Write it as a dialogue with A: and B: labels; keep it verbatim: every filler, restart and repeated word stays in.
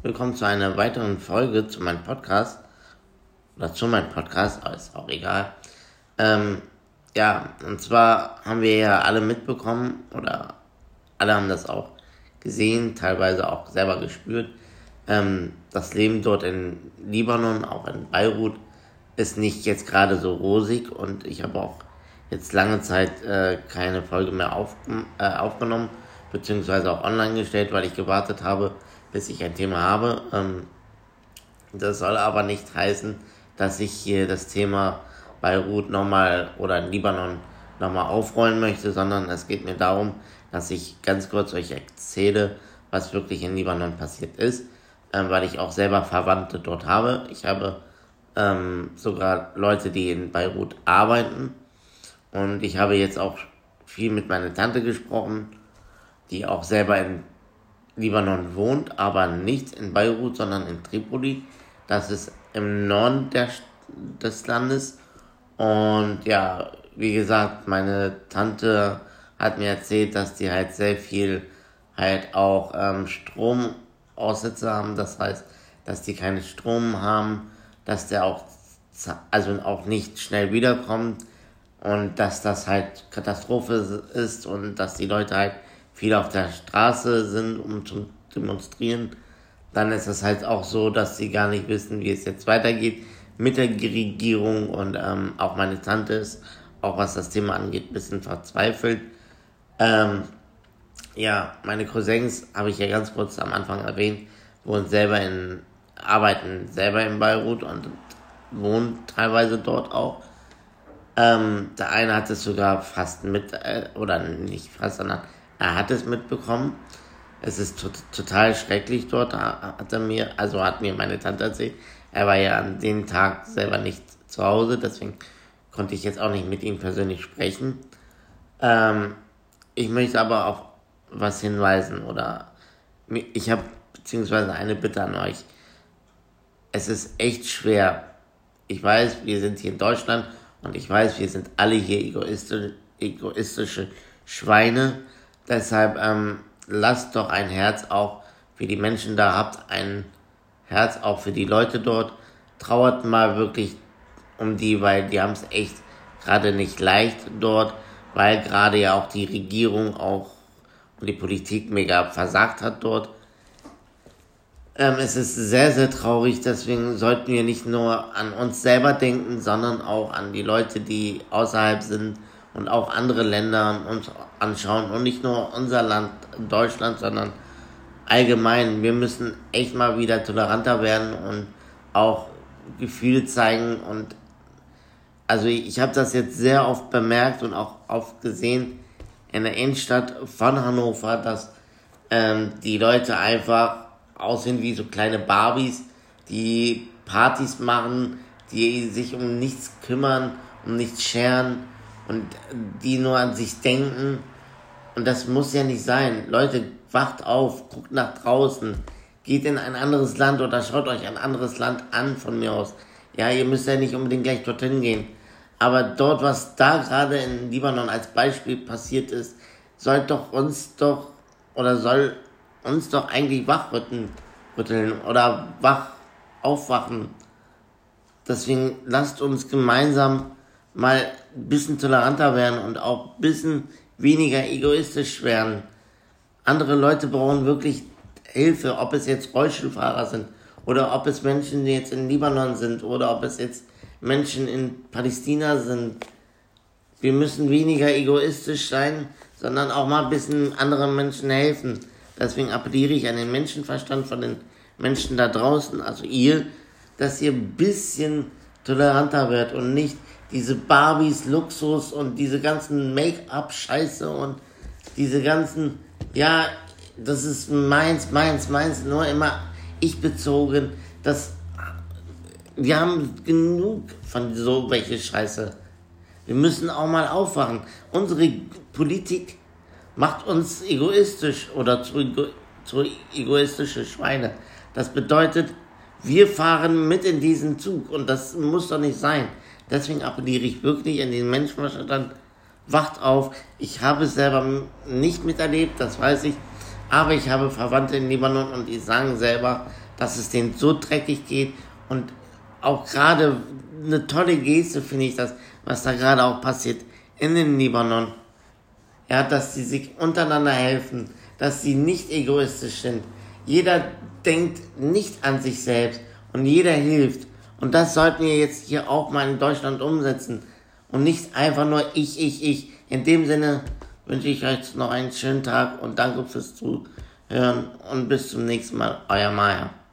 A: Willkommen zu einer weiteren Folge zu meinem Podcast. Oder zu meinem Podcast, aber ist auch egal. Ähm, ja, und zwar haben wir ja alle mitbekommen, oder alle haben das auch gesehen, teilweise auch selber gespürt. Ähm, das Leben dort in Libanon, auch in Beirut, ist nicht jetzt gerade so rosig. Und ich habe auch jetzt lange Zeit äh, keine Folge mehr auf, äh, aufgenommen, beziehungsweise auch online gestellt, weil ich gewartet habe, bis ich ein Thema habe. Ähm, das soll aber nicht heißen, dass ich hier das Thema Beirut nochmal oder Libanon nochmal aufrollen möchte, sondern es geht mir darum, dass ich ganz kurz euch erzähle, was wirklich in Libanon passiert ist, ähm, weil ich auch selber Verwandte dort habe. Ich habe ähm, sogar Leute, die in Beirut arbeiten, und ich habe jetzt auch viel mit meiner Tante gesprochen, die auch selber in Libanon wohnt, aber nicht in Beirut, sondern in Tripoli. Das ist im Norden der, des Landes. Und ja, wie gesagt, meine Tante hat mir erzählt, dass die halt sehr viel halt auch ähm, Stromaussetzer haben. Das heißt, dass die keinen Strom haben, dass der auch, also auch nicht schnell wiederkommt und dass das halt Katastrophe ist und dass die Leute halt viel auf der Straße sind, um zu demonstrieren. Dann ist es halt auch so, dass sie gar nicht wissen, wie es jetzt weitergeht mit der Regierung, und ähm, auch meine Tante ist, auch was das Thema angeht, ein bisschen verzweifelt. Ähm, ja, meine Cousins, habe ich ja ganz kurz am Anfang erwähnt, wohnen selber in, arbeiten selber in Beirut und wohnen teilweise dort auch. Ähm, der eine hat es sogar fast mit, äh, oder nicht fast, sondern er hat es mitbekommen. Es ist to- total schrecklich dort, da hat er mir, also hat mir meine Tante erzählt. Er war ja an dem Tag selber nicht zu Hause, deswegen konnte ich jetzt auch nicht mit ihm persönlich sprechen. Ähm, ich möchte aber auf was hinweisen, oder ich habe beziehungsweise eine Bitte an euch. Es ist echt schwer. Ich weiß, wir sind hier in Deutschland und ich weiß, wir sind alle hier egoistisch, egoistische Schweine. Deshalb ähm, lasst doch ein Herz auch für die Menschen da, habt ein Herz auch für die Leute dort. Trauert mal wirklich um die, weil die haben es echt gerade nicht leicht dort, weil gerade ja auch die Regierung auch und die Politik mega versagt hat dort. Ähm, es ist sehr, sehr traurig, deswegen sollten wir nicht nur an uns selber denken, sondern auch an die Leute, die außerhalb sind und auch andere Länder uns anschauen und nicht nur unser Land, Deutschland, sondern allgemein. Wir müssen echt mal wieder toleranter werden und auch Gefühle zeigen. Und also ich, ich habe das jetzt sehr oft bemerkt und auch oft gesehen in der Innenstadt von Hannover, dass ähm, die Leute einfach aussehen wie so kleine Barbies, die Partys machen, die sich um nichts kümmern, um nichts scheren und die nur an sich denken. Und das muss ja nicht sein. Leute, wacht auf, guckt nach draußen, geht in ein anderes Land oder schaut euch ein anderes Land an von mir aus. Ja, ihr müsst ja nicht unbedingt gleich dorthin gehen. Aber dort, was da gerade in Libanon als Beispiel passiert ist, soll doch uns doch, oder soll uns doch eigentlich wachrütteln rütteln oder wach aufwachen. Deswegen lasst uns gemeinsam mal ein bisschen toleranter werden und auch ein bisschen weniger egoistisch werden. Andere Leute brauchen wirklich Hilfe, ob es jetzt Rollstuhlfahrer sind oder ob es Menschen, die jetzt in Libanon sind oder ob es jetzt Menschen in Palästina sind. Wir müssen weniger egoistisch sein, sondern auch mal ein bisschen anderen Menschen helfen. Deswegen appelliere ich an den Menschenverstand von den Menschen da draußen, also ihr, dass ihr ein bisschen toleranter werdet und nicht diese Barbies, Luxus und diese ganzen Make-up-Scheiße und diese ganzen, ja, das ist meins, meins, meins, nur immer ich bezogen. Das, wir haben genug von so welche Scheiße. Wir müssen auch mal aufwachen. Unsere Politik macht uns egoistisch oder zu, ego, zu egoistische Schweine. Das bedeutet, wir fahren mit in diesen Zug und das muss doch nicht sein. Deswegen appelliere ich wirklich an den Menschenverstand, wacht auf. Ich habe es selber nicht miterlebt, das weiß ich, aber ich habe Verwandte in Libanon und die sagen selber, dass es denen so dreckig geht. Und auch gerade eine tolle Geste finde ich das, was da gerade auch passiert in den Libanon. Ja, dass sie sich untereinander helfen, dass sie nicht egoistisch sind. Jeder denkt nicht an sich selbst und jeder hilft. Und das sollten wir jetzt hier auch mal in Deutschland umsetzen. Und nicht einfach nur ich, ich, ich. In dem Sinne wünsche ich euch noch einen schönen Tag und danke fürs Zuhören und bis zum nächsten Mal. Euer Maya.